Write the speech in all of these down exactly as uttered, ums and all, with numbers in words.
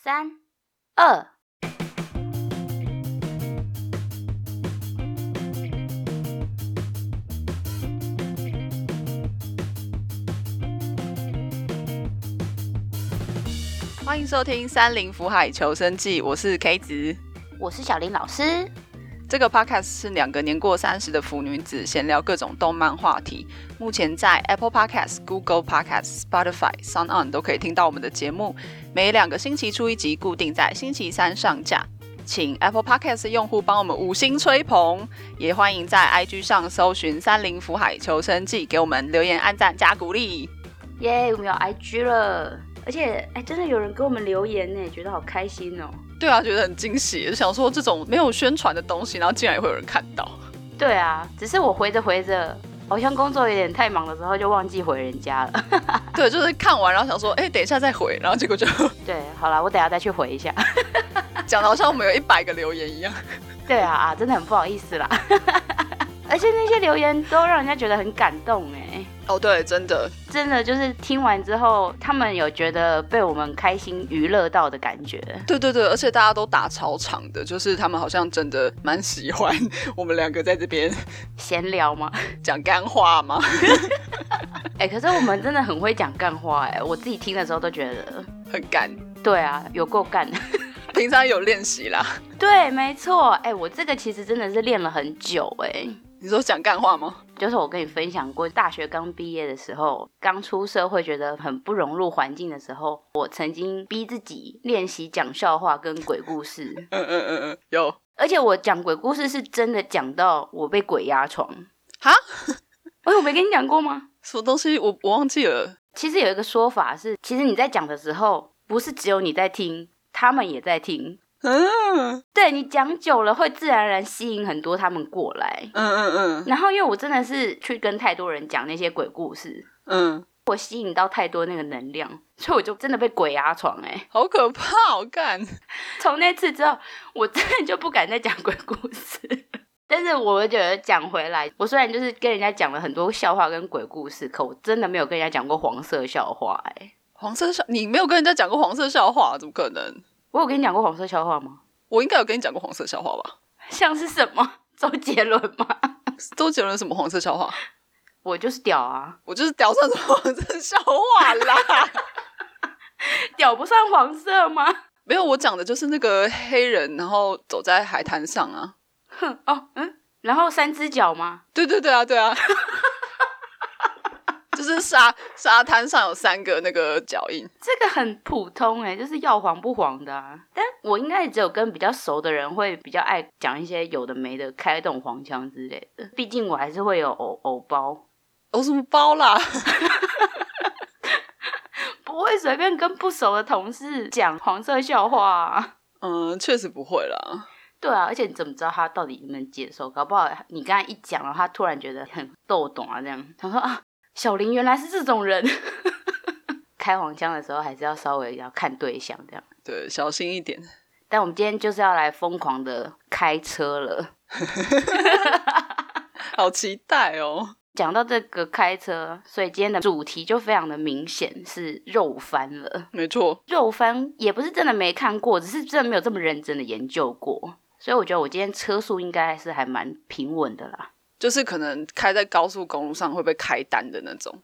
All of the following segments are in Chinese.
三二， 欢迎收听三林福海求生记，我是 K 子， 我是小林老师。 这个 podcast 是两个年过三十的腐女子闲聊各种动漫话题。目前在 Apple Podcast、Google Podcast、Spotify、SoundOn 都可以听到我们的节目。每两个星期出一集，固定在星期三上架。请 Apple Podcast 用户帮我们五星吹捧，也欢迎在 I G 上搜寻三林福海求生记，给我们留言、按赞加鼓励。 耶、yeah, 我们有 I G 了，而且哎，真的有人给我们留言呢，觉得好开心哦。 对啊，觉得很惊喜，就想说这种没有宣传的东西，然后竟然也会有人看到。 对啊，只是我回着回着，好像工作有点太忙的时候，就忘记回人家了。 对，就是看完然后想说，哎，等一下再回，然后结果就对，好啦，我等一下再去回一下。 讲的好像我们有一百个留言一样。 对啊啊，真的很不好意思啦。而且那些留言都让人家觉得很感动哎。 哦，对，真的， 真的就是听完之后，他们有觉得被我们开心娱乐到的感觉。 对对对，而且大家都打超长的，就是他们好像真的蛮喜欢我们两个在这边闲聊吗？ 讲干话吗？ 哎、欸，可是我们真的很会讲干话哎，我自己听的时候都觉得很干。 对啊，有够干。 平常有练习啦。 对，没错。哎、欸，我这个其实真的是练了很久哎。 你说讲干话吗？ 就是我跟你分享过，大学刚毕业的时候，刚出社会觉得很不融入环境的时候，我曾经逼自己练习讲笑话跟鬼故事。 嗯嗯嗯嗯，有。 而且我讲鬼故事是真的讲到我被鬼压床。 哈？ 哎，我没跟你讲过吗？ 什么东西？我我忘记了。 其实有一个说法是，其实你在讲的时候，不是只有你在听，他们也在听。嗯，对，你讲久了会自然而然吸引很多他们过来。嗯嗯嗯。然后因为我真的是去跟太多人讲那些鬼故事，嗯，我吸引到太多那个能量，所以我就真的被鬼压床哎、欸， 好可怕，好干。 从那次之后，我真的就不敢再讲鬼故事。但是我觉得讲回来，我虽然就是跟人家讲了很多笑话跟鬼故事，可我真的没有跟人家讲过黄色笑话哎、欸。 黄色笑？你没有跟人家讲过黄色笑话？怎么可能？ 我有跟你讲过黄色笑话吗？ 我应该有跟你讲过黄色笑话吧？ 像是什么？周杰伦吗？ 周杰伦什么黄色笑话？ 我就是屌啊！ 我就是屌，算什么黄色笑话啦？ 屌不算黄色吗？ 没有，我讲的就是那个黑人，然后走在海滩上啊。 哼哦嗯，然后三只脚吗？ 对对对啊对啊。就是沙沙滩上有三个那个脚印， 这个很普通哎、欸，就是要黄不黄的啊。但我应该只有跟比较熟的人会比较爱讲一些有的没的，开动黄腔之类的。毕竟我还是会有偶偶包， 偶什么包啦？ 不会随便跟不熟的同事讲黄色笑话啊。 嗯，确实不会啦。 对啊，而且你怎么知道他到底能不能接受？搞不好你刚才一讲，然后他突然觉得很逗懂啊，这样他说啊。小林原来是这种人。开黄腔的时候还是要稍微要看对象这样， 对，小心一点。 但我们今天就是要来疯狂的开车了。 好期待哦。 讲到这个开车，所以今天的主题就非常的明显，是肉番了。 没错， 肉番也不是真的没看过，只是真的没有这么认真的研究过，所以我觉得我今天车速应该是还蛮平稳的啦， 就是可能开在高速公路上会被开单的那种。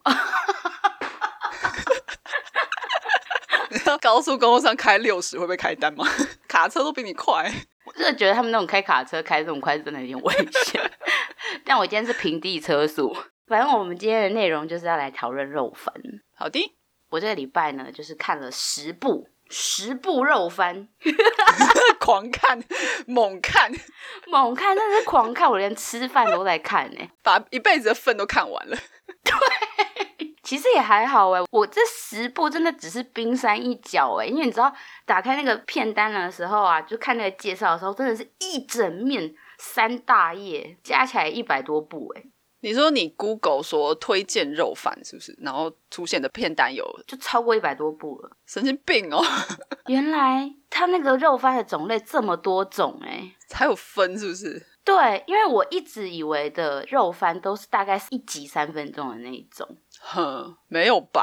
高速公路上开六十会被开单吗？卡车都比你快。 我真的觉得他们那种开卡车开这么快真的有点危险。但我今天是平地车速。反正我们今天的内容就是要来讨论肉番。 好的。 我这个礼拜呢就是看了十部十部肉番。 狂看猛看猛看，真的是狂看，我连吃饭都在看欸， 把一辈子的份都看完了。 对，其实也还好欸，我这十部真的只是冰山一角欸，因为你知道打开那个片单的时候啊，就看那个介绍的时候，真的是一整面三大页，加起来一百多部欸。 你说你 Google 说推荐肉番是不是？然后出现的片单有就超过一百多部了， 神经病哦！ 原来它那个肉番的种类这么多种欸， 还有分是不是？ 对，因为我一直以为的肉番都是大概一集三分钟的那一种。 哼，没有吧？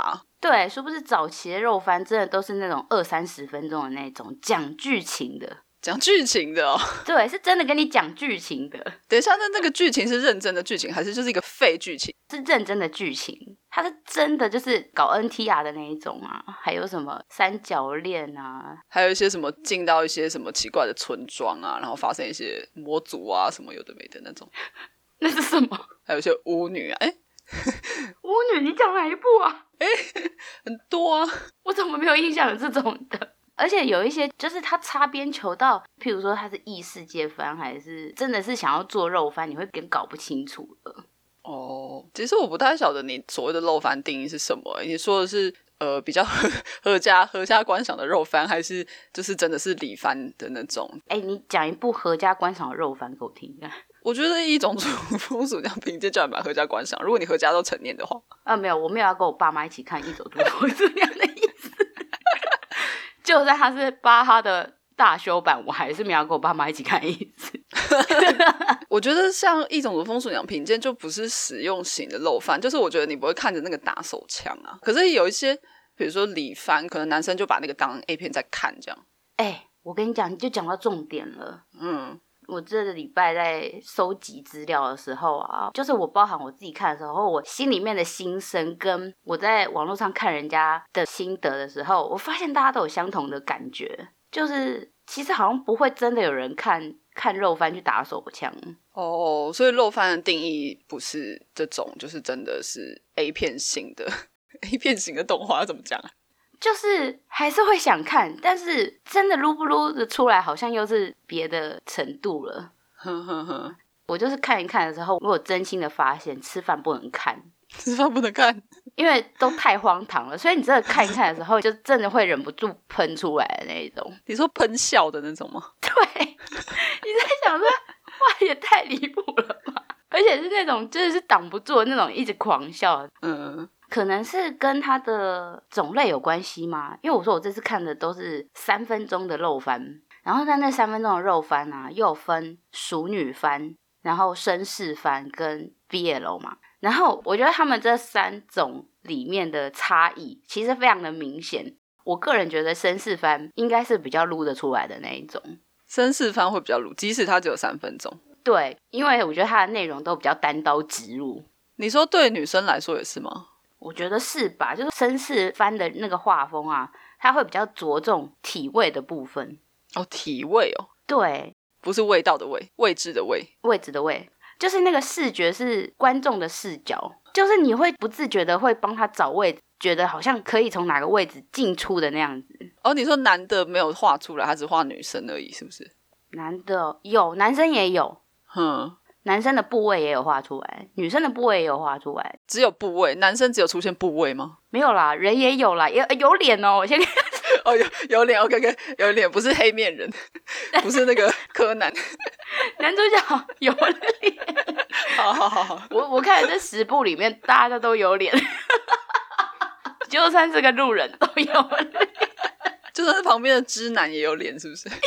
对，殊不知早期的肉番真的都是那种二三十分钟的那种讲剧情的。 讲剧情的哦？ 对，是真的跟你讲剧情的。 等一下，那那个剧情是认真的剧情，还是就是一个废剧情？ 是认真的剧情，它是真的就是搞 N T R 的那一种啊，还有什么三角恋啊， 还有一些什么进到一些什么奇怪的村庄啊，然后发生一些魔族啊什么有的没的那种。 那是什么？ 还有一些巫女啊，哎， 巫女，你讲哪一部啊？ 哎，很多啊， 我怎么没有印象有这种的？而且有一些就是他擦边球到，譬如说他是异世界番，还是真的是想要做肉番，你会更搞不清楚了。 哦，其实我不太晓得你所谓的肉番定义是什么。你说的是呃比较合家合家观赏的肉番，还是就是真的是里番的那种？ 哎，你讲一部合家观赏的肉番给我听看。 我觉得一种风俗娘凭借就还蛮合家观赏，如果你合家都成年的话。 啊，没有，我没有要跟我爸妈一起看一种风俗娘的意思。就算他是巴哈的大修版，我还是没有要跟我爸妈一起看一次。 我觉得像一种的风俗娘品鉴就不是实用型的肉番，就是我觉得你不会看着那个打手枪啊。可是有一些比如说里番，可能男生就把那个当 A 片在看这样。 哎、欸，我跟你讲，你就讲到重点了。嗯，我这个礼拜在收集资料的时候啊，就是我包含我自己看的时候，我心里面的心声跟我在网络上看人家的心得的时候，我发现大家都有相同的感觉，就是其实好像不会真的有人看看肉番去打手枪。 哦，所以肉番的定义不是这种，就是真的是 A 片型的 A 片型的动画怎么讲啊？ 就是还是会想看，但是真的撸不撸的出来，好像又是别的程度了。哼哼哼，我就是看一看的时候，我有真心的发现，吃饭不能看， 吃饭不能看，因为都太荒唐了。所以你真的看一看的时候，就真的会忍不住喷出来的那一种。 你说喷笑的那种吗？ 对，你在想说，哇，也太离谱了吧！而且是那种真的是挡不住的那种，一直狂笑。嗯。可能是跟它的种类有关系吗？因为我说我这次看的都是三分钟的肉番，然后它那三分钟的肉番啊，又有分熟女番，然后绅士番跟 B L 嘛。然后我觉得他们这三种里面的差异其实非常的明显。我个人觉得绅士番应该是比较撸得出来的那一种， 绅士番会比较撸，即使它只有三分钟。 对，因为我觉得它的内容都比较单刀直入。 你说对女生来说也是吗？ 我觉得是吧，就是绅士番的那个画风啊，它会比较着重体味的部分。 哦，体味哦。 对， 不是味道的味，位置的味， 位置的味，就是那个视觉是观众的视角，就是你会不自觉的会帮他找位置，觉得好像可以从哪个位置进出的那样子。 哦，你说男的没有画出来，他只画女生而已，是不是？ 男的有，男生也有。哼。男生的部位也有画出来，女生的部位也有画出来。 只有部位，男生只有出现部位吗？ 没有啦，人也有啦，有有脸哦。我先哦，有有脸 ，OK OK， 有脸，不是黑面人，不是那个柯南。 男主角有脸。 好好好好， 我我看这十部里面，大家都有脸，就算是个路人都有脸， 就算是旁边的知男也有脸，是不是？有。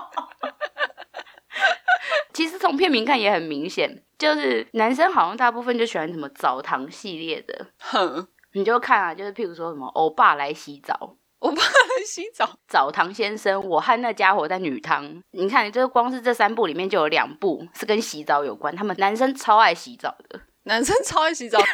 其实从片名看也很明显，就是男生好像大部分就喜欢什么澡堂系列的，哼，你就看啊，就是譬如说什么欧巴来洗澡， 欧巴来洗澡， 澡堂先生，我和那家伙在女汤。你看，这光是这三部里面就有两部是跟洗澡有关，他们男生超爱洗澡的， 男生超爱洗澡。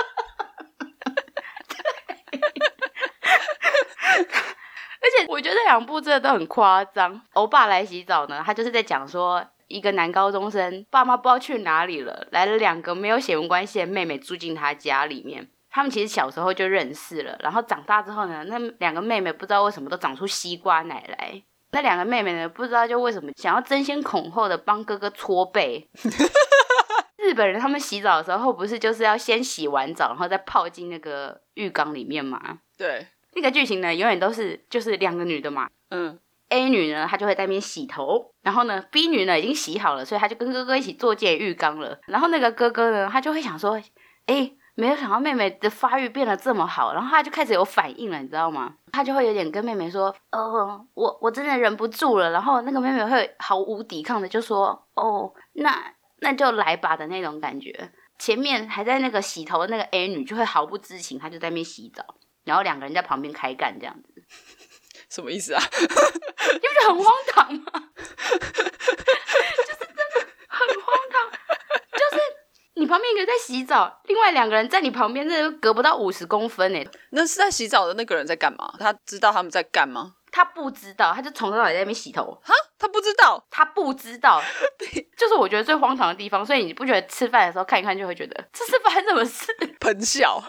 而且我觉得这两部真的都很夸张。欧巴来洗澡呢，他就是在讲说一个男高中生爸妈不知道去哪里了，来了两个没有血缘关系的妹妹住进他家里面。他们其实小时候就认识了，然后长大之后呢，那两个妹妹不知道为什么都长出西瓜奶来。那两个妹妹呢，不知道就为什么想要争先恐后的帮哥哥搓背。日本人他们洗澡的时候不是就是要先洗完澡然后再泡进那个浴缸里面吗？ 对， 那个剧情呢永远都是就是两个女的嘛，嗯，A 女呢她就会在那边洗头，然后呢 B 女呢已经洗好了，所以她就跟哥哥一起坐进浴缸了。然后那个哥哥呢他就会想说，诶，没有想到妹妹的发育变得这么好，然后他就开始有反应了，你知道吗？他就会有点跟妹妹说，哦，我我真的忍不住了。然后那个妹妹会毫无抵抗的就说，哦，那那就来吧的那种感觉。前面还在那个洗头的那个 A 女就会毫不知情，她就在那边洗澡。 然后两个人在旁边开干这样子。 什么意思啊？ 你不觉得很荒唐吗？就是真的很荒唐，就是你旁边一个在洗澡，另外两个人在你旁边，这隔不到五十公分耶。 那是在洗澡的那个人在干嘛？他知道他们在干嘛？ 他不知道，他就从头到尾在那边洗头。 哈，他不知道， 他不知道，就是我觉得最荒唐的地方。所以你不觉得吃饭的时候看一看就会觉得这是发生什么事？ 喷笑，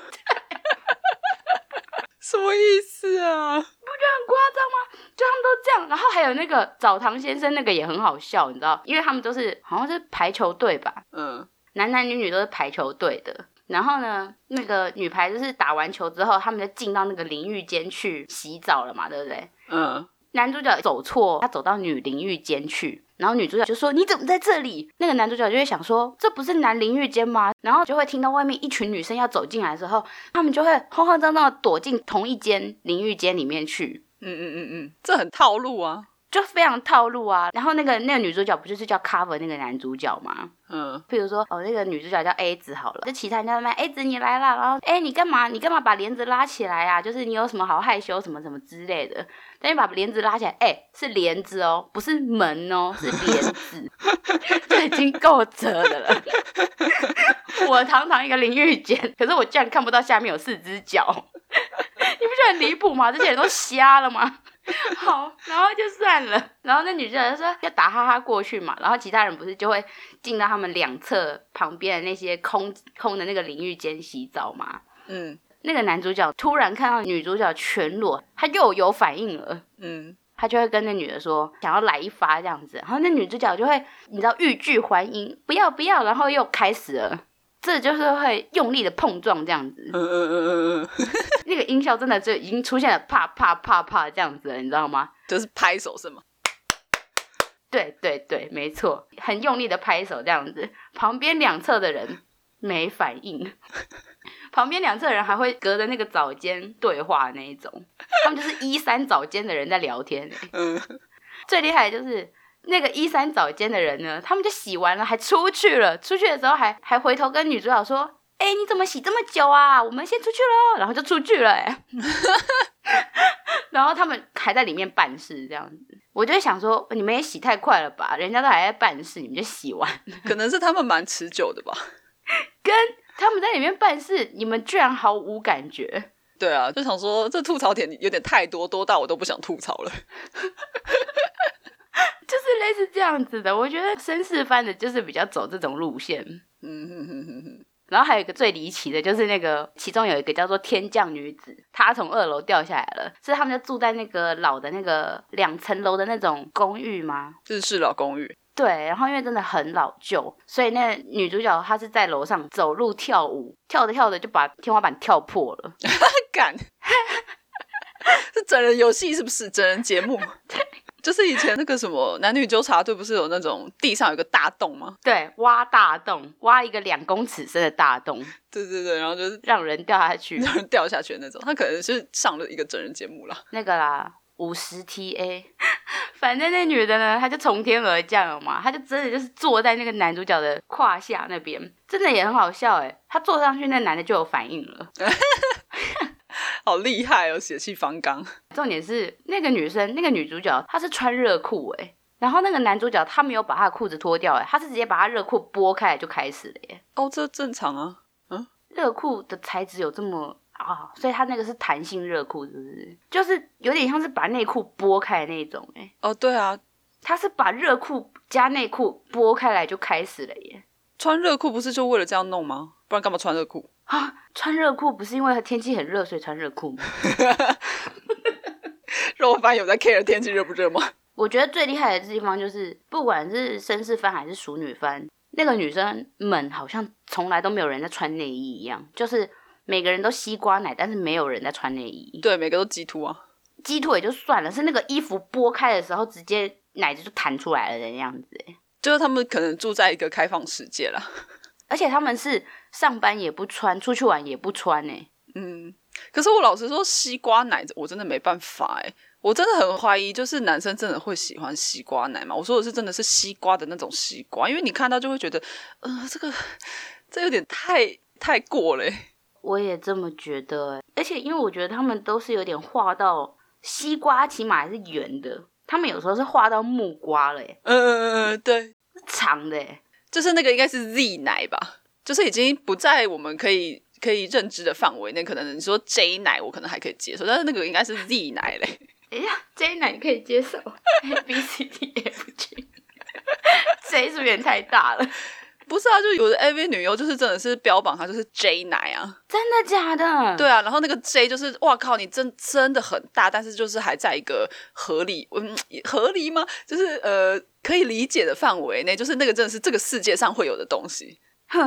什么意思啊？ 不觉得很夸张吗？就他们都这样，然后还有那个澡堂先生那个也很好笑，你知道，因为他们都是好像是排球队吧，嗯，男男女女都是排球队的。然后呢，那个女排就是打完球之后，他们就进到那个淋浴间去洗澡了嘛，对不对？嗯。男主角走错，他走到女淋浴间去，然后女主角就说：“你怎么在这里？”那个男主角就会想说：“这不是男淋浴间吗？”然后就会听到外面一群女生要走进来的时候，他们就会慌慌张张的躲进同一间淋浴间里面去。 嗯嗯嗯嗯，这很套路啊。 就非常套路啊，然后那个那个女主角不就是叫 cover 那个男主角吗？嗯，譬如说哦，那个女主角叫 A 子好了，就其他人叫他 A 子你来啦，然后哎你干嘛你干嘛把帘子拉起来啊？就是你有什么好害羞什么什么之类的，但你把帘子拉起来，哎是帘子哦，不是门哦，是帘子，就已经够折的了。我堂堂一个淋浴间，可是我居然看不到下面有四只脚，你不觉得很离谱吗？这些人都瞎了吗？好，然后就算了，然后那女主角就说要打哈哈过去嘛，然后其他人不是就会进到他们两侧旁边的那些空空的那个淋浴间洗澡嘛。嗯，那个男主角突然看到女主角全裸，他又有反应了。嗯，他就会跟那女的说想要来一发这样子，然后那女主角就会你知道欲拒还迎，不要不要，然后又开始了。这就是会用力的碰撞这样子，嗯嗯嗯嗯嗯，那个音效真的就已经出现了啪啪啪啪这样子了，你知道吗？ 就是拍手声吗？ 对对对，没错，很用力的拍手这样子，旁边两侧的人没反应，旁边两侧的人还会隔着那个澡间对话那一种，他们就是一三澡间的人在聊天、欸嗯、最厉害的就是那个一三澡间的人呢，他们就洗完了还出去了，出去的时候还还回头跟女主角说哎、欸，你怎么洗这么久啊，我们先出去咯，然后就出去了哎、欸，然后他们还在里面办事这样子，我就会想说你们也洗太快了吧，人家都还在办事你们就洗完， 可能是他们蛮持久的吧， 跟他们在里面办事你们居然毫无感觉。 对啊，就想说这吐槽点有点太多，多到我都不想吐槽了。 就是类似这样子的，我觉得绅士番的就是比较走这种路线。嗯哼哼哼哼。然后还有一个最离奇的，就是那个其中有一个叫做天降女子，她从二楼掉下来了，所以他们就住在那个老的那个两层楼的那种公寓吗？ 日式老公寓。 对，然后因为真的很老旧，所以那女主角她是在楼上走路跳舞，跳着跳着就把天花板跳破了。 干，是真人游戏是不是？真人节目？就是以前那个什么男女纠察队不是有那种地上有个大洞吗？ 对，挖大洞，挖一个两公尺深的大洞。 对对对，然后就是让人掉下去， 让人掉下去的那种。他可能是上了一个真人节目啦。 那个啦，五十 T A。反正那女的呢，她就从天而降了嘛，她就真的就是坐在那个男主角的胯下那边，真的也很好笑哎。她坐上去，那男的就有反应了。 好厉害哦，血气方刚。 重点是那个女生，那个女主角，她是穿热裤哎，然后那个男主角他没有把他的裤子脱掉哎，他是直接把他热裤拨开来就开始了耶。 哦，这正常啊。 嗯，热裤的材质有这么啊，所以他那个是弹性热裤，是不是？就是有点像是把内裤拨开的那种哎。 哦，对啊， 他是把热裤加内裤拨开来就开始了耶。 穿热裤不是就为了这样弄吗？不然干嘛穿热裤啊？穿热裤不是因为天气很热所以穿热裤吗？ 肉番有在 care 天气热不热吗？ 我觉得最厉害的地方就是不管是绅士番还是淑女番，那个女生们好像从来都没有人在穿内衣一样，就是每个人都西瓜奶，但是没有人在穿内衣。 对，每个都鸡突啊， 鸡突也就算了，是那个衣服拨开的时候直接奶子就弹出来了的样子。 就是他们可能住在一个开放世界啦， 而且他们是上班也不穿，出去玩也不穿耶。 嗯，可是我老实说西瓜奶我真的没办法耶，我真的很怀疑就是男生真的会喜欢西瓜奶吗？我说的是真的是西瓜的那种西瓜，因为你看到就会觉得呃这个这有点太太过了耶。 我也这么觉得，而且因为我觉得他们都是有点画到西瓜，起码还是圆的，他们有时候是画到木瓜了耶。 嗯嗯嗯，对， 长的耶， 就是那个应该是 Z 奶吧，就是已经不在我们可以可以认知的范围内，可能你说 J 奶我可能还可以接受，但是那个应该是 Z 奶嘞。 哎呀 ，J 奶可以接受 ，A B C D F G，J 是不是有点太大了？ 不是啊，就有的 A V 女优就是真的是标榜她就是 J 奶啊。 真的假的？ 对啊，然后那个 J 就是哇靠，你真真的很大，但是就是还在一个合理，嗯，合理吗？就是呃可以理解的范围内，就是那个真的是这个世界上会有的东西。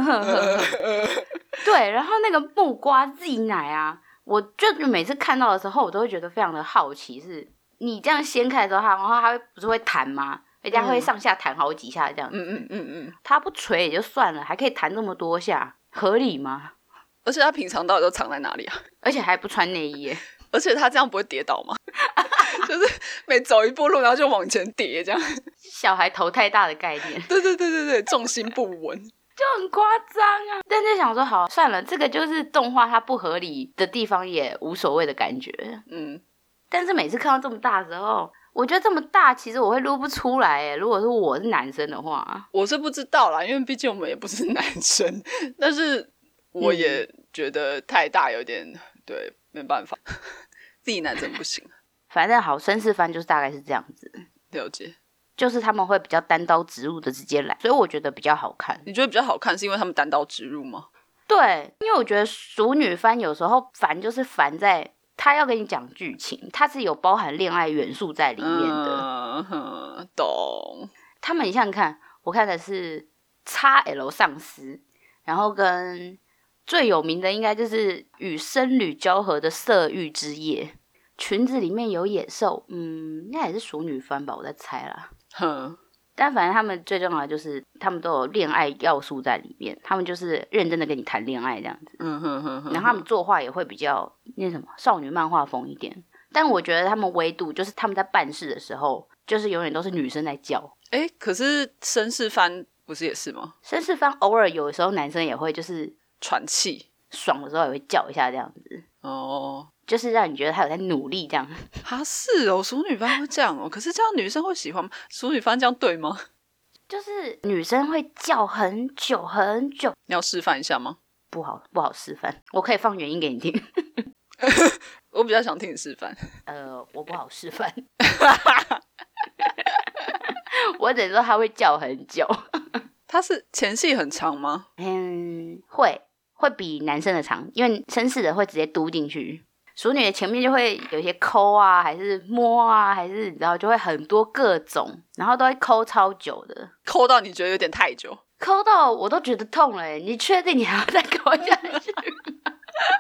对，然后那个木瓜 Z 奶啊，我就每次看到的时候，我都会觉得非常的好奇，是你这样掀开的时候，它然后它会不是会弹吗？人家会上下弹好几下这样， 嗯嗯嗯嗯， 它不垂也就算了，还可以弹这么多下，合理吗？ 而且他平常到底都藏在哪里啊？ 而且还不穿内衣耶， 而且他这样不会跌倒吗？就是每走一步路，然后就往前跌，这样。 小孩头太大的概念。 对对对对对，重心不稳， 就很夸张啊。但是想说，好算了，这个就是动画它不合理的地方，也无所谓的感觉。嗯，但是每次看到这么大的时候，我觉得这么大，其实我会撸不出来耶。如果是我是男生的话， 我是不知道啦，因为毕竟我们也不是男生。但是我也觉得太大有点、嗯、对，没办法，自己男生不行。 反正好，绅士番就是大概是这样子。 了解， 就是他们会比较单刀直入的直接来，所以我觉得比较好看。 你觉得比较好看是因为他们单刀直入吗？ 对，因为我觉得熟女番有时候烦就是烦在他要跟你讲剧情，它是有包含恋爱元素在里面的。 嗯哼，懂。 他们你想想看，我看的是 X L 上司，然后跟最有名的应该就是与僧侣交合的色欲之夜，裙子里面有野兽，嗯，应该也是熟女番吧，我在猜啦。哼，但反正他们最重要的就是他们都有恋爱要素在里面，他们就是认真的跟你谈恋爱这样子。嗯哼哼哼，然后他们作画也会比较那什么少女漫画风一点，但我觉得他们唯独就是他们在办事的时候，就是永远都是女生在叫。 哎，可是绅士番不是也是吗？ 绅士番偶尔有的时候男生也会就是喘气， 爽的时候也会叫一下这样子。哦。就是让你觉得他有在努力这样。 啊，是哦，熟女番会这样哦。可是这样女生会喜欢吗？熟女番这样对吗？ 就是女生会叫很久很久。 你要示范一下吗？ 不好，不好示范。我可以放原音给你听。 我比较想听你示范。 呃，我不好示范。我只能说他会叫很久。 他是前戏很长吗？ 嗯，会会比男生的长，因为绅士的会直接嘟进去。熟女的前面就会有一些抠啊，还是摸啊，还是你知道就会很多各种，然后都会抠超久的， 抠到你觉得有点太久， 抠到我都觉得痛了耶。你确定你还要再抠下去吗？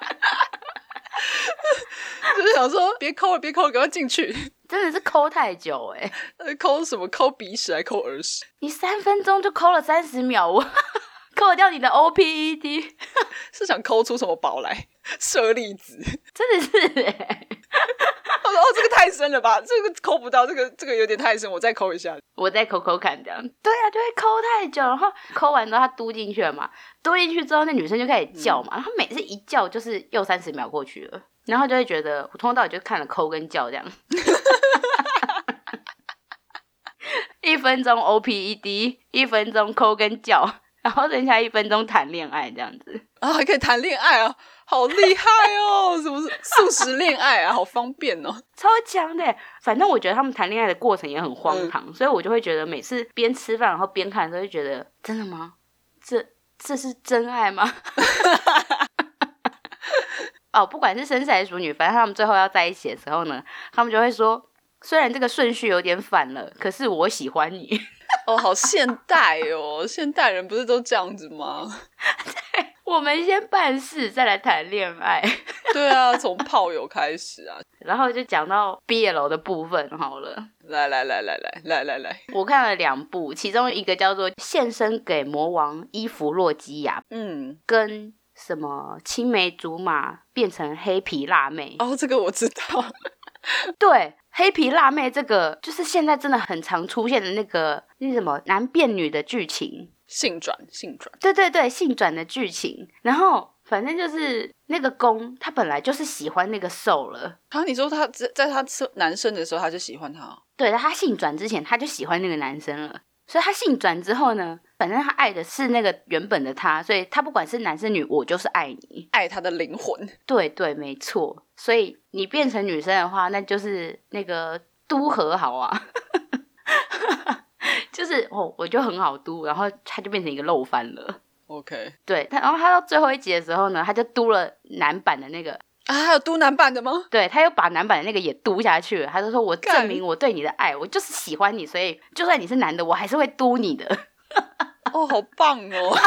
就是想说别抠了别抠了赶快进去， 真的是抠太久耶。 抠什么？抠鼻屎还抠耳屎？ 你三分钟就抠了三十秒，我抠掉你的 O P E D。 是想抠出什么宝来？舍利子？ 真的是耶。 我说哦，这个太深了吧，这个抠不到，这个这个有点太深，我再抠一下， 我再抠抠看这样。对啊，就会抠太久，然后抠完之后他嘟进去了嘛，嘟进去之后那女生就开始叫嘛、嗯、然后每次一叫就是又三十秒过去了，然后就会觉得我从头到尾就看了抠跟叫这样。一分钟 O P E D， 一分钟抠跟叫，然后剩下一分钟谈恋爱这样子啊，还可以谈恋爱啊，好厉害哦！什么速食恋爱啊，好方便哦， 超强的。反正我觉得他们談戀愛的過程也很荒唐、嗯、所以我就會覺得每次邊吃飯然後邊看的時候就覺得真的嗎？這這是真愛嗎？哦，不管是紳士還是淑女，反正他們最後要在一起的時候呢，他們就會說雖然這個順序有點反了，可是我喜歡你。 哦，好現代哦，現代人不是都這樣子嗎？ 對，我們先辦事再來談戀愛。 對啊，從炮友開始啊。 然後就講到 B L 的部分好了。 來來來來來來來來， 我看了兩部，其中一個叫做《獻身給魔王伊芙洛基亞》，嗯，跟什麼青梅竹馬變成黑皮辣妹。 哦，這個我知道。 對，黑皮辣妹這個就是現在真的很常出現的那個那什麼男變女的劇情， 性轉性轉， 對對對，性轉的劇情。然後反正就是那个公他本来就是喜欢那个受了啊。你说他在他男生的时候他就喜欢他？ 对，他性转之前他就喜欢那个男生了，所以他性转之后呢，反正他爱的是那个原本的他，所以他不管是男生女，我就是爱你， 爱他的灵魂。 对对，没错。所以你变成女生的话，那就是那个都和好啊就是哦，我就很好嘟，然后他就变成一个漏翻了。 OK， 对，然后他到最后一集的时候呢，他就嘟了男版的那个啊，还有嘟男版的吗？ 对，他又把男版的那个也嘟下去了。他就说：“我证明我对你的爱，我就是喜欢你，所以就算你是男的，我还是会嘟你的。” 哦，好棒哦！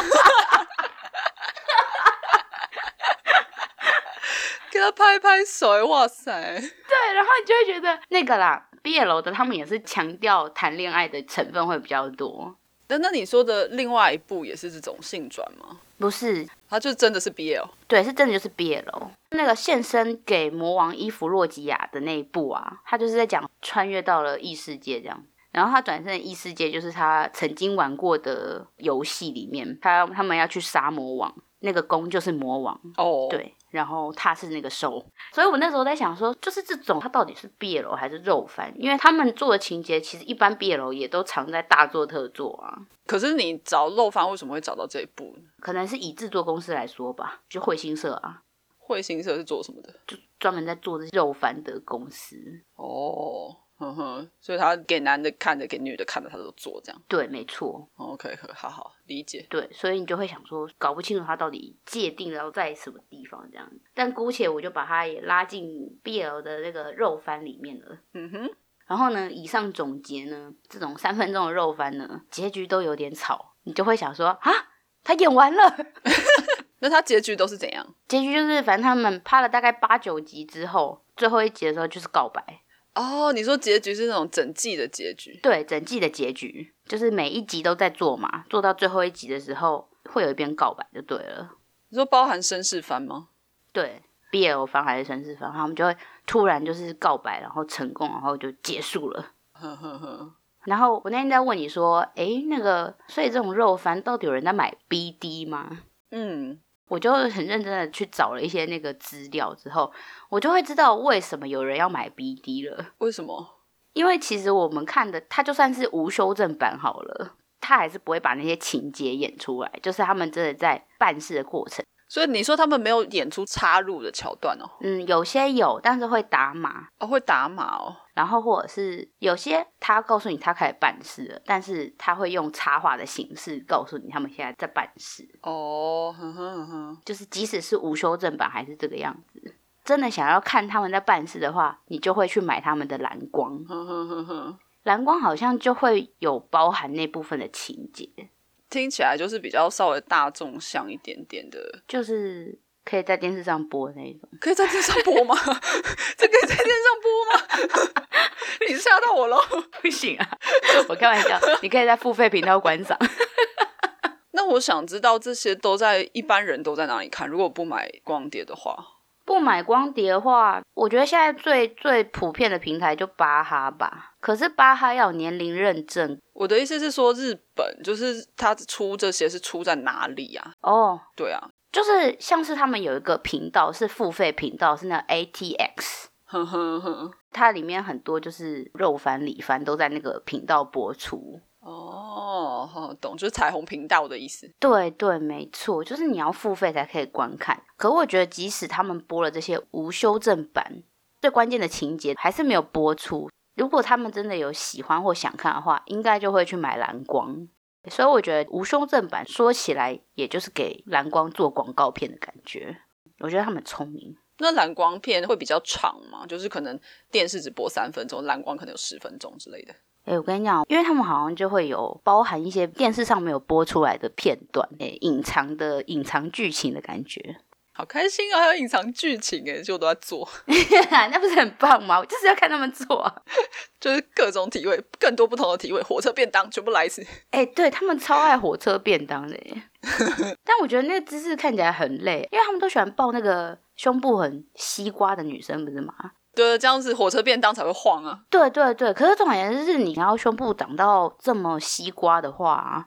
给他拍拍手，哇塞！ 对，然后你就会觉得那个啦 ，B L 的他们也是强调谈恋爱的成分会比较多。 那那你说的另外一部也是这种性转吗？ 不是， 它就真的是 B L。 对，是真的就是 B L。那个献身给魔王伊芙洛吉亚的那一部啊，他就是在讲穿越到了异世界这样。然后他转身的异世界就是他曾经玩过的游戏里面，他他们要去杀魔王，那个攻就是魔王哦， oh. 对，然后他是那个受，所以我那时候在想说，就是这种他到底是 B L 还是肉番？因为他们做的情节其实一般 B L 也都常在大做特做啊。 可是你找肉番为什么会找到这一部呢？ 可能是以制作公司来说吧，就慧星社啊。 慧星社是做什么的？就专门在做这肉番的公司。 哦。呵呵，所以他给男的看的给女的看的他都做这样。 对，没错。 OK， 好好理解。 对，所以你就会想说搞不清楚他到底界定要在什么地方这样。但姑且我就把他也拉进 B L 的那个肉番里面了。 嗯哼。 然后呢，以上总结呢，这种三分钟的肉番呢，结局都有点吵，你就会想说啊，他演完了那他结局都是怎样？ 结局就是反正他们拍了大概八九集之后，最后一集的时候就是告白。 哦，你说结局是那种整季的结局？ 对，整季的结局就是每一集都在做嘛，做到最后一集的时候会有一边告白就对了。 你说包含绅士番吗？ 对， B L 番还是绅士番，他们就会突然就是告白，然后成功，然后就结束了。 呵呵呵。 然后我那天在问你说，诶，那个，所以这种肉番到底有人在买 B D 吗？嗯。我就很认真的去找了一些那个资料之后，我就会知道为什么有人要买 B D 了。 为什么？ 因为其实我们看的，它就算是无修正版好了，它还是不会把那些情节演出来，就是他们真的在办事的过程。 所以你说他们没有演出插入的桥段哦？ 嗯，有些有，但是会打码哦，会打码哦。 然后或者是有些他告诉你他开始办事了，但是他会用插画的形式告诉你他们现在在办事。 哦，呵呵呵呵， 就是即使是无修正版还是这个样子。真的想要看他们在办事的话，你就会去买他们的蓝光。 呵呵呵呵，蓝光好像就会有包含那部分的情节。 听起来就是比较稍微大众向一点点的， 就是可以在电视上播的那种。 可以在电视上播吗？这可以在电视上播吗？你吓到我了。 不行啊，我开玩笑，你可以在付费频道观赏。 那我想知道这些都在一般人都在哪里看？如果不买光碟的话， 不买光碟的话，我觉得现在最最普遍的平台就巴哈吧。可是巴哈要有年龄认证。 我的意思是说，日本就是他出这些是出在哪里啊？ 哦， 对啊， 就是像是他们有一个频道是付费频道，是那 A T X。 呵呵呵， 它里面很多就是肉番、里番都在那个频道播出。 哦，懂，就是彩虹频道的意思。 对对，没错，就是你要付费才可以观看。可我觉得即使他们播了这些无修正版，最关键的情节还是没有播出。如果他们真的有喜欢或想看的话，应该就会去买蓝光。所以我觉得无修正版说起来也就是给蓝光做广告片的感觉。我觉得他们聪明。 那蓝光片会比较长吗？就是可能电视只播三分钟，蓝光可能有十分钟之类的。 欸，我跟你讲，因为他们好像就会有包含一些电视上没有播出来的片段，欸，隐藏的隐藏剧情的感觉。 好开心啊，还有隐藏剧情耶，就我都在做。 那不是很棒吗？我就是要看他们做啊。 就是各种体位，更多不同的体位，火车便当全部来一次。 哎，欸，对，他们超爱火车便当的耶。但我觉得那个姿势看起来很累，因为他们都喜欢抱那个胸部很西瓜的女生，不是吗？ 对，这样子火车便当才会晃啊。对对对，可是重点是你要胸部长到这么西瓜的话，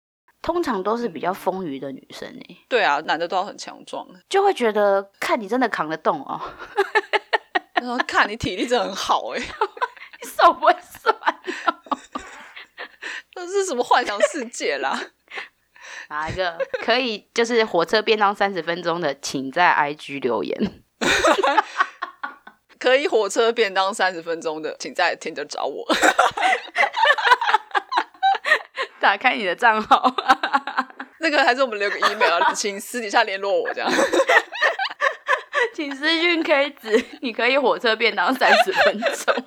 通常都是比较丰腴的女生哎、欸。 对啊，男的都要很强壮， 就会觉得看你真的扛得动哦。 然后看你体力真的很好哎、欸， 你手不会酸哦。 这是什么幻想世界啦？ 哪一个可以就是火车便当三十分钟的，请在 I G 留言。 可以火车便当三十分钟的，请在Tinder找我。 打开你的账号。 那个还是我们留个 email， 请私底下联络我这样。 请私讯 K 子，你可以火车便当三十分钟。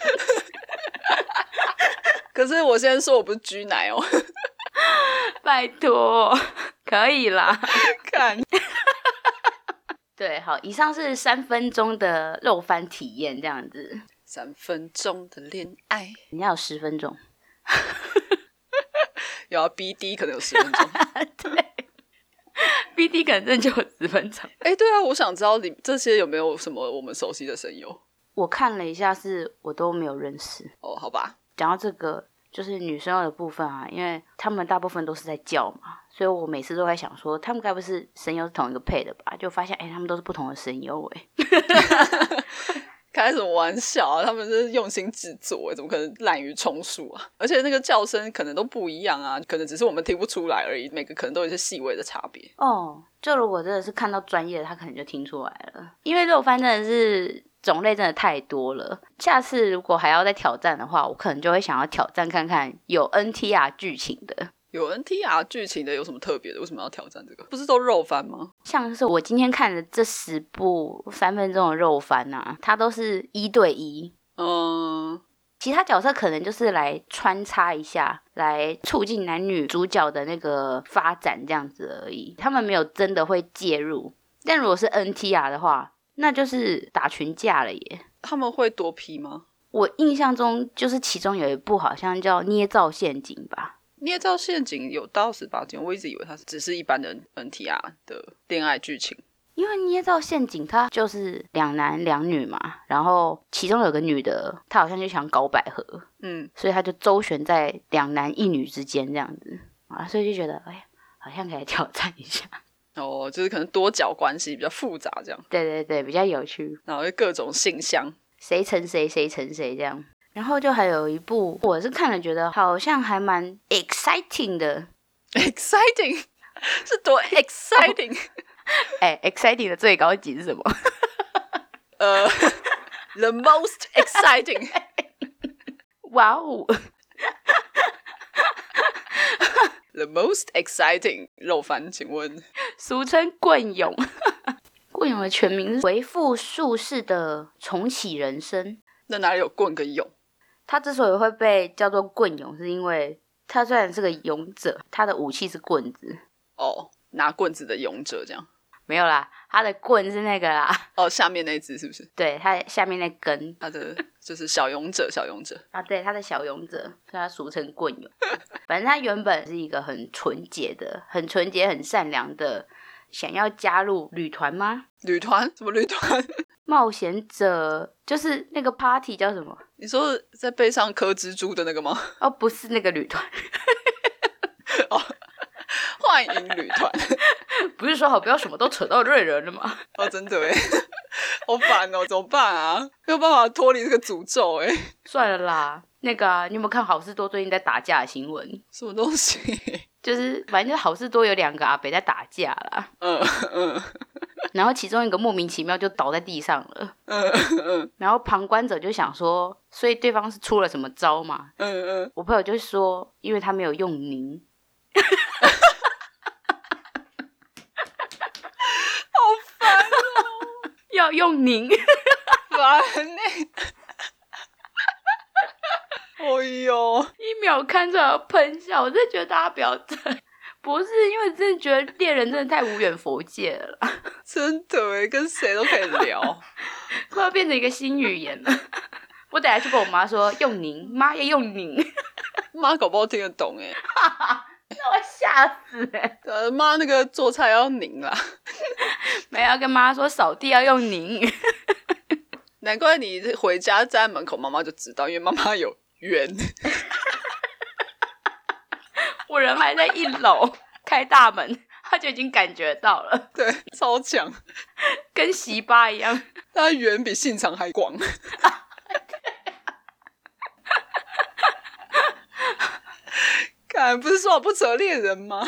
可是我先说我不是居奶哦。 拜托，可以啦。 看。 对，好，以上是三分钟的肉番体验，这样子。 三分钟的恋爱， 人家有十分钟。 有啊 ，B D 可能有十分钟。 对 ，B D 可能真的就有十分钟。 哎，对啊，我想知道你这些有没有什么我们熟悉的声优？ 我看了一下，是我都没有认识。 哦，好吧。 讲到这个，就是女生的部分啊，因为他们大部分都是在叫嘛。所以我每次都在想说，他们该不是声优是同一个配的吧？就发现，哎、欸，他们都是不同的声优哎。 开什么玩笑啊！他们是用心制作，怎么可能滥竽充数啊？而且那个叫声可能都不一样啊，可能只是我们听不出来而已。每个可能都有一些细微的差别。 哦，就如果真的是看到专业的，他可能就听出来了。因为肉番真的是种类真的太多了。下次如果还要再挑战的话，我可能就会想要挑战看看有 N T R 剧情的。 有 N T R 剧情的有什么特别的？为什么要挑战这个？不是都肉番吗？ 像是我今天看的这十部三分钟的肉番啊，它都是一对一。嗯，其他角色可能就是来穿插一下，来促进男女主角的那个发展这样子而已。他们没有真的会介入。但如果是 N T R 的话，那就是打群架了耶。 他们会多批吗？ 我印象中就是其中有一部好像叫捏造陷阱吧。 捏造陷阱有到十八禁，我一直以为它只是一般的 N T R 的恋爱剧情。 因为捏造陷阱它就是两男两女嘛，然后其中有个女的她好像就想搞百合，嗯，所以她就周旋在两男一女之间这样子啊，所以就觉得哎，好像可以挑战一下。 哦，就是可能多角关系比较复杂这样。 对对对，比较有趣。 然后各种性向，谁成谁谁成谁这样。然后就还有一部我是看了觉得好像还蛮 exciting 的。 exciting 是多 exciting？ 哎、欸、exciting 的最高级是什么？ 呃、uh, the most exciting。 哇哦。 The most exciting 肉番，请问？ 俗称棍勇。棍勇的全名是为复术士的重启人生。 那哪里有棍跟勇？ 他之所以会被叫做棍勇，是因为他虽然是个勇者，他的武器是棍子。 哦，拿棍子的勇者这样？ 没有啦，他的棍是那个啦。 哦，下面那一只是不是？ 对，他下面那根。 他的就是小勇者，小勇者啊，对，他的小勇者，所以他俗称棍勇。反正他原本是一个很纯洁的、很纯洁、很善良的，想要加入旅团吗？ 旅团？什么旅团？ 冒险者，就是那个 party 叫什么？ 你说在背上刻蜘蛛的那个吗？ 哦，不是那个旅团。 哦，幻影旅团。 不是说好不要什么都扯到瑞人了吗？ 哦，真的耶。好烦哦，怎么办啊？没有办法脱离这个诅咒耶。 算了啦，那个啊，你有没有看好事多最近在打架的新闻？ 什么东西？ 就是反正就是好事多有两个阿北在打架啦。嗯嗯。然后其中一个莫名其妙就倒在地上了。嗯嗯。然后旁观者就想说，所以对方是出了什么招嘛？嗯嗯。我朋友就说，因为他没有用凝。 好烦哦！ 要用凝。 烦欸。哎呦！ 一秒看出来要喷笑，我真的觉得大家不要这样。不是，因为真的觉得猎人真的太无远弗届了啦。 真的耶，跟谁都可以聊。 快要变成一个新语言了。我等下去跟我妈说用凝，妈要用凝。 妈搞不好听得懂耶。 那我吓死耶。 呃，妈那个做菜要凝啦。 没有，跟妈说扫地要用凝。 难怪你回家站在门口，妈妈就知道，因为妈妈有圆。 我人还在一楼开大门，他就已经感觉到了。 对，超强， 跟席巴一样。 他远比信长还广。看，不是说我不扯猎人吗？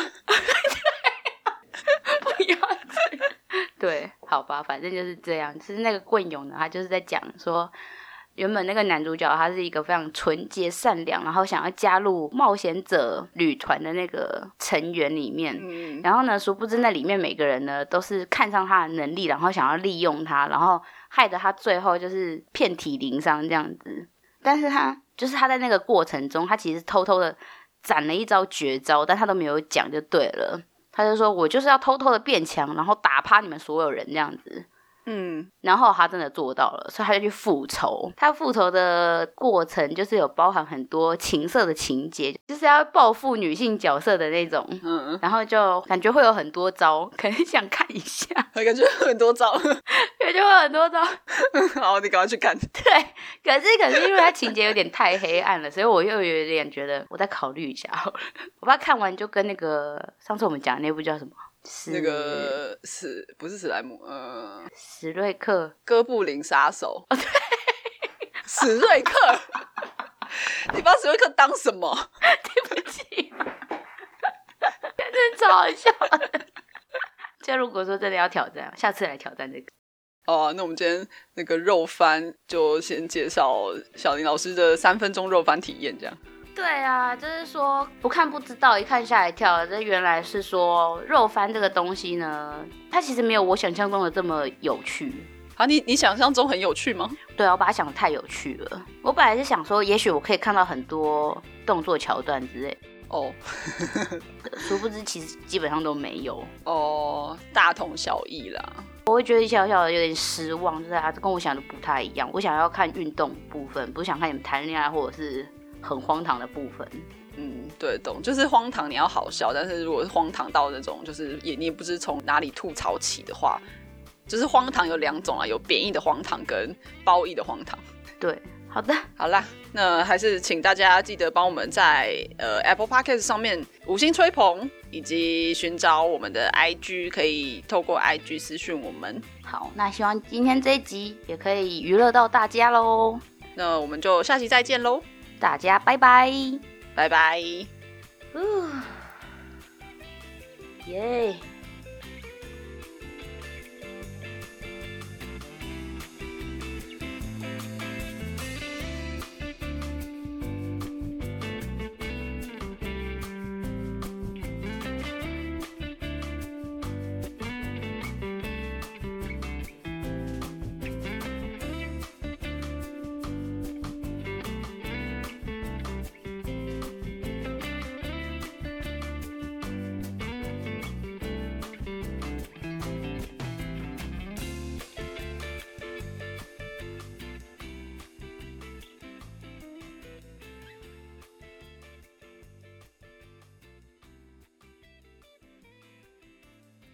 不要这样。对，好吧，反正就是这样。其实那个棍勇呢，他就是在讲说，原本那个男主角他是一个非常纯洁善良，然后想要加入冒险者旅团的那个成员里面。嗯，然后呢，殊不知那里面每个人呢都是看上他的能力，然后想要利用他，然后害得他最后就是遍体鳞伤这样子。但是他就是他在那个过程中，他其实偷偷的攒了一招绝招，但他都没有讲就对了。他就说我就是要偷偷的变强，然后打趴你们所有人这样子。嗯，然后他真的做到了，所以他就去复仇。他复仇的过程就是有包含很多情色的情节，就是要报复女性角色的那种。嗯，然后就感觉会有很多招，可能想看一下。 感觉有很多招， 感觉会有很多招。 好，你赶快去看。 对，可是可是因为他情节有点太黑暗了，所以我又有点觉得我再考虑一下好了。我怕看完就跟那个上次我们讲的那部叫什么？ 那个史不是史莱姆，呃， 史瑞克哥布林杀手。哦，对，史瑞克，你把史瑞克当什么？ 对不起，真的超好笑的。就如果说真的要挑战，下次来挑战这个。 哦，那我们今天那个肉番就先介绍小林老师的三分钟肉番体验，这样。 对啊，就是说不看不知道，一看吓一跳。这原来是说肉番这个东西呢，它其实没有我想象中的这么有趣。 啊，你你想象中很有趣吗？ 对啊，我把它想得太有趣了。我本来是想说，也许我可以看到很多动作桥段之类。哦，殊不知其实基本上都没有。 哦，大同小异啦。 我会觉得小小的有点失望，就是它跟我想的不太一样。我想要看运动部分，不想看你们谈恋爱或者是很荒唐的部分。 嗯，对，懂，就是荒唐你要好笑，但是如果是荒唐到那种就是也你也不知从哪里吐槽起的话，就是荒唐有两种啊，有贬义的荒唐跟褒义的荒唐。 对，好的， 好啦，那还是请大家记得帮我们在呃 Apple Podcast 上面五星吹捧，以及寻找我们的 I G， 可以透过 I G 私讯我们。 好，那希望今天这一集也可以娱乐到大家咯。 那我们就下期再见咯， 大家拜拜， 拜拜。 耶。